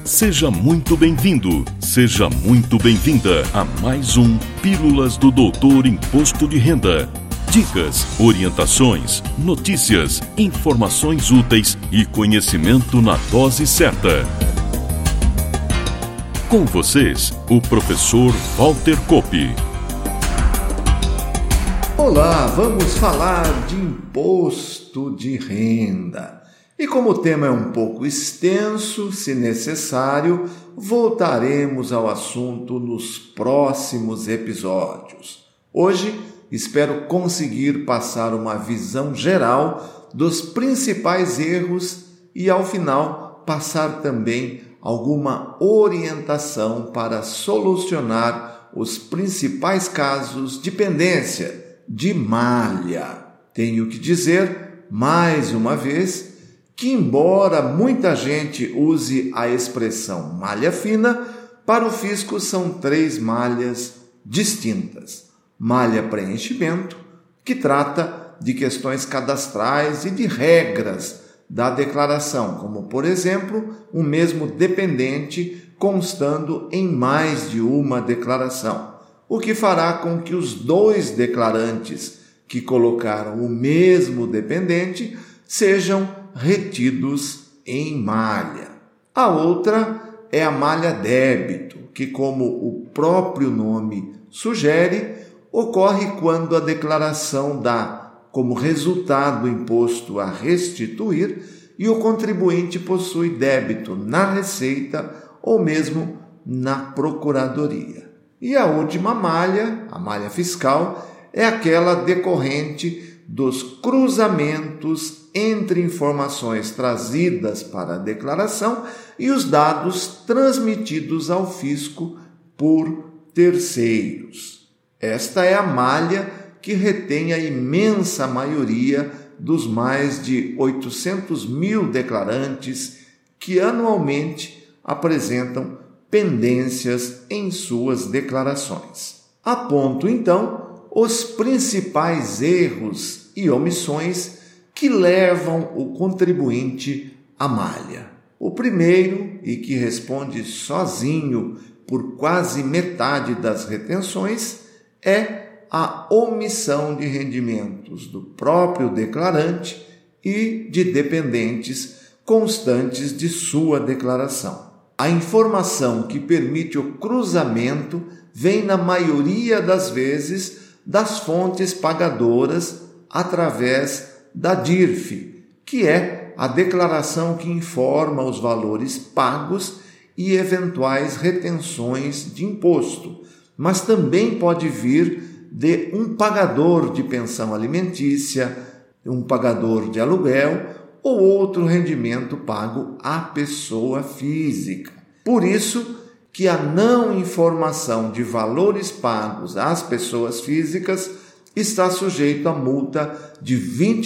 Seja muito bem-vindo, seja muito bem-vinda a mais um Pílulas do Doutor Imposto de Renda. Dicas, orientações, notícias, informações úteis e conhecimento na dose certa. Com vocês, o professor Walter Coppi. Olá, vamos falar de imposto de renda. E como o tema é um pouco extenso, se necessário, voltaremos ao assunto nos próximos episódios. Hoje, espero conseguir passar uma visão geral dos principais erros e, ao final, passar também alguma orientação para solucionar os principais casos de pendência, de malha. Tenho que dizer, mais uma vez, que embora muita gente use a expressão malha fina, para o fisco são 3 malhas distintas. Malha preenchimento, que trata de questões cadastrais e de regras da declaração, como, por exemplo, um mesmo dependente constando em mais de uma declaração, o que fará com que os 2 declarantes que colocaram o mesmo dependente sejam retidos em malha. A outra é a malha débito, que, como o próprio nome sugere, ocorre quando a declaração dá como resultado o imposto a restituir e o contribuinte possui débito na Receita ou mesmo na Procuradoria. E a última malha, a malha fiscal, é aquela decorrente dos cruzamentos entre informações trazidas para a declaração e os dados transmitidos ao fisco por terceiros. Esta é a malha que retém a imensa maioria dos mais de 800 mil declarantes que anualmente apresentam pendências em suas declarações. Aponto, então, os principais erros e omissões que levam o contribuinte à malha. O primeiro, e que responde sozinho por quase metade das retenções, é a omissão de rendimentos do próprio declarante e de dependentes constantes de sua declaração. A informação que permite o cruzamento vem, na maioria das vezes, das fontes pagadoras através da DIRF, que é a declaração que informa os valores pagos e eventuais retenções de imposto, mas também pode vir de um pagador de pensão alimentícia, um pagador de aluguel ou outro rendimento pago à pessoa física. Por isso que a não informação de valores pagos às pessoas físicas está sujeito a multa de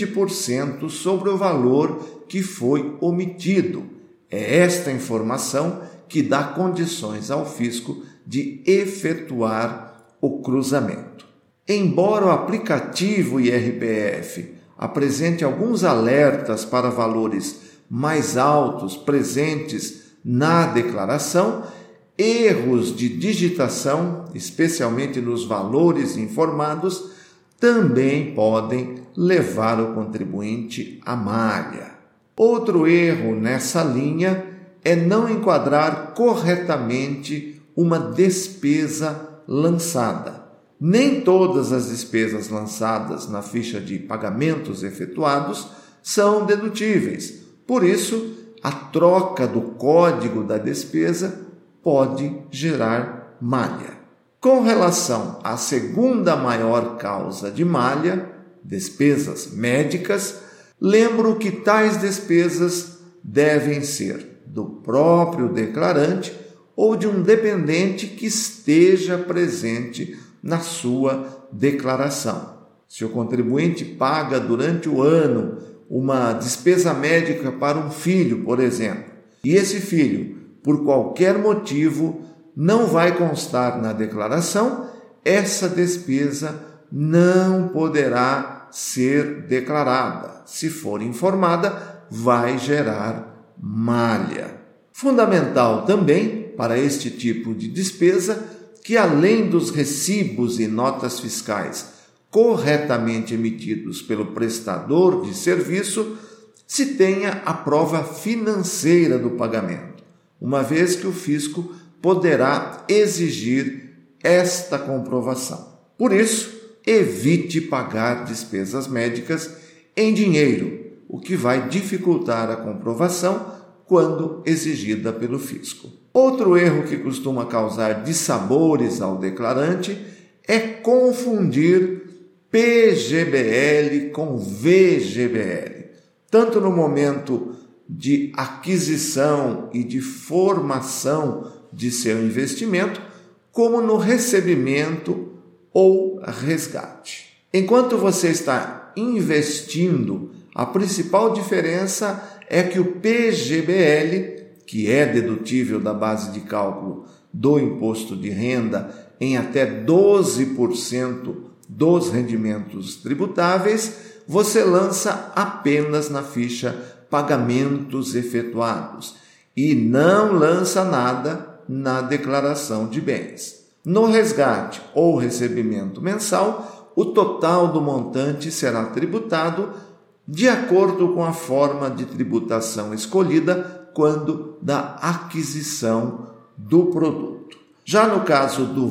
20% sobre o valor que foi omitido. É esta informação que dá condições ao fisco de efetuar o cruzamento. Embora o aplicativo IRPF apresente alguns alertas para valores mais altos presentes na declaração, erros de digitação, especialmente nos valores informados, também podem levar o contribuinte à malha. Outro erro nessa linha é não enquadrar corretamente uma despesa lançada. Nem todas as despesas lançadas na ficha de pagamentos efetuados são dedutíveis. Por isso, a troca do código da despesa pode gerar malha. Com relação à segunda maior causa de malha, despesas médicas, lembro que tais despesas devem ser do próprio declarante ou de um dependente que esteja presente na sua declaração. Se o contribuinte paga durante o ano uma despesa médica para um filho, por exemplo, e esse filho, por qualquer motivo, não vai constar na declaração, essa despesa não poderá ser declarada. Se for informada, vai gerar malha. Fundamental também para este tipo de despesa que, além dos recibos e notas fiscais corretamente emitidos pelo prestador de serviço, se tenha a prova financeira do pagamento, uma vez que o fisco poderá exigir esta comprovação. Por isso, evite pagar despesas médicas em dinheiro, o que vai dificultar a comprovação quando exigida pelo fisco. Outro erro que costuma causar dissabores ao declarante é confundir PGBL com VGBL, tanto no momento de aquisição e de formação de seu investimento, como no recebimento ou resgate. Enquanto você está investindo, a principal diferença é que o PGBL, que é dedutível da base de cálculo do imposto de renda em até 12% dos rendimentos tributáveis, você lança apenas na ficha Pagamentos Efetuados e não lança nada na declaração de bens. No resgate ou recebimento mensal, o total do montante será tributado de acordo com a forma de tributação escolhida quando da aquisição do produto. Já no caso do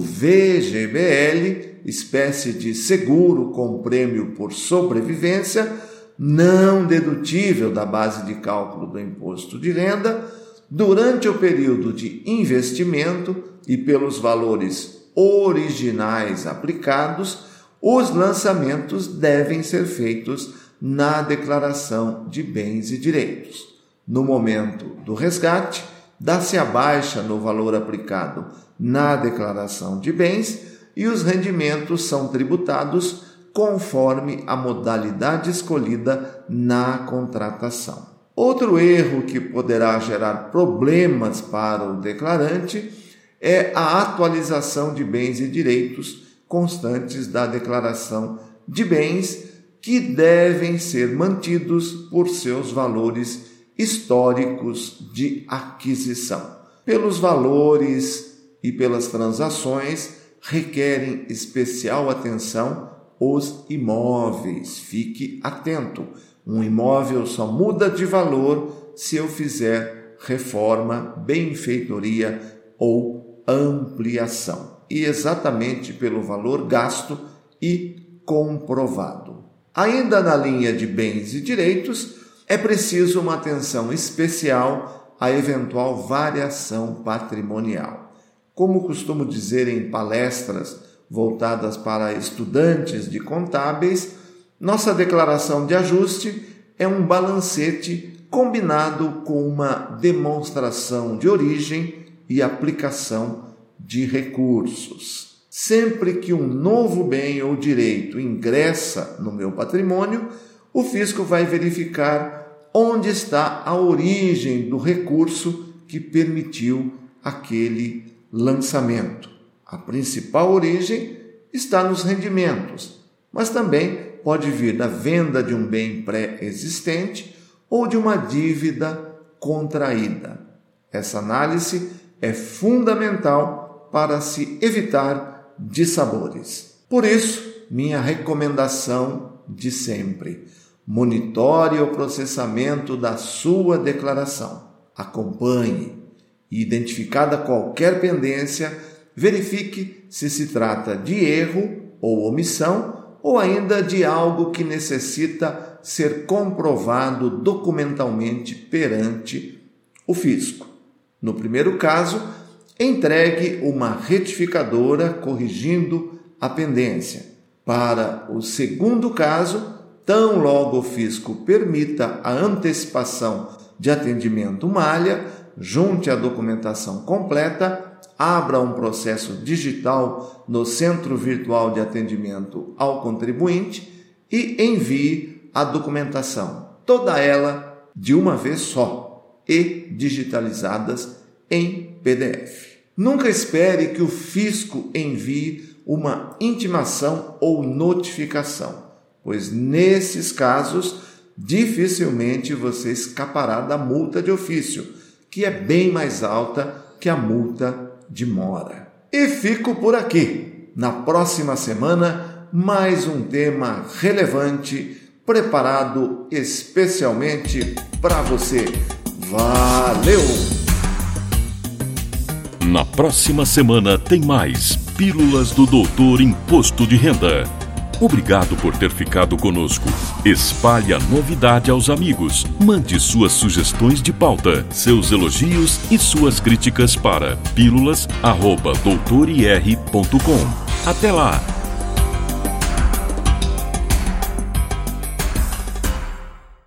VGBL, espécie de seguro com prêmio por sobrevivência, não dedutível da base de cálculo do imposto de renda, durante o período de investimento e pelos valores originais aplicados, os lançamentos devem ser feitos na declaração de bens e direitos. No momento do resgate, dá-se a baixa no valor aplicado na declaração de bens e os rendimentos são tributados conforme a modalidade escolhida na contratação. Outro erro que poderá gerar problemas para o declarante é a atualização de bens e direitos constantes da declaração de bens, que devem ser mantidos por seus valores históricos de aquisição. Pelos valores e pelas transações, requerem especial atenção os imóveis. Fique atento. Um imóvel só muda de valor se eu fizer reforma, benfeitoria ou ampliação. E exatamente pelo valor gasto e comprovado. Ainda na linha de bens e direitos, é preciso uma atenção especial à eventual variação patrimonial. Como costumo dizer em palestras voltadas para estudantes de contábeis, nossa declaração de ajuste é um balancete combinado com uma demonstração de origem e aplicação de recursos. Sempre que um novo bem ou direito ingressa no meu patrimônio, o fisco vai verificar onde está a origem do recurso que permitiu aquele lançamento. A principal origem está nos rendimentos, mas também pode vir da venda de um bem pré-existente ou de uma dívida contraída. Essa análise é fundamental para se evitar dissabores. Por isso, minha recomendação de sempre: monitore o processamento da sua declaração. Acompanhe e, identificada qualquer pendência, verifique se trata de erro ou omissão ou ainda de algo que necessita ser comprovado documentalmente perante o fisco. No primeiro caso, entregue uma retificadora corrigindo a pendência. Para o segundo caso, tão logo o fisco permita a antecipação de atendimento malha, junte a documentação completa, abra um processo digital no Centro Virtual de Atendimento ao Contribuinte e envie a documentação, toda ela de uma vez só e digitalizadas em PDF. Nunca espere que o fisco envie uma intimação ou notificação, pois nesses casos dificilmente você escapará da multa de ofício, que é bem mais alta que a multa de mora. E fico por aqui. Na próxima semana, mais um tema relevante preparado especialmente para você. Valeu! Na próxima semana tem mais Pílulas do Doutor Imposto de Renda. Obrigado por ter ficado conosco. Espalhe a novidade aos amigos. Mande suas sugestões de pauta, seus elogios e suas críticas para pílulas@doutorir.com. Até lá!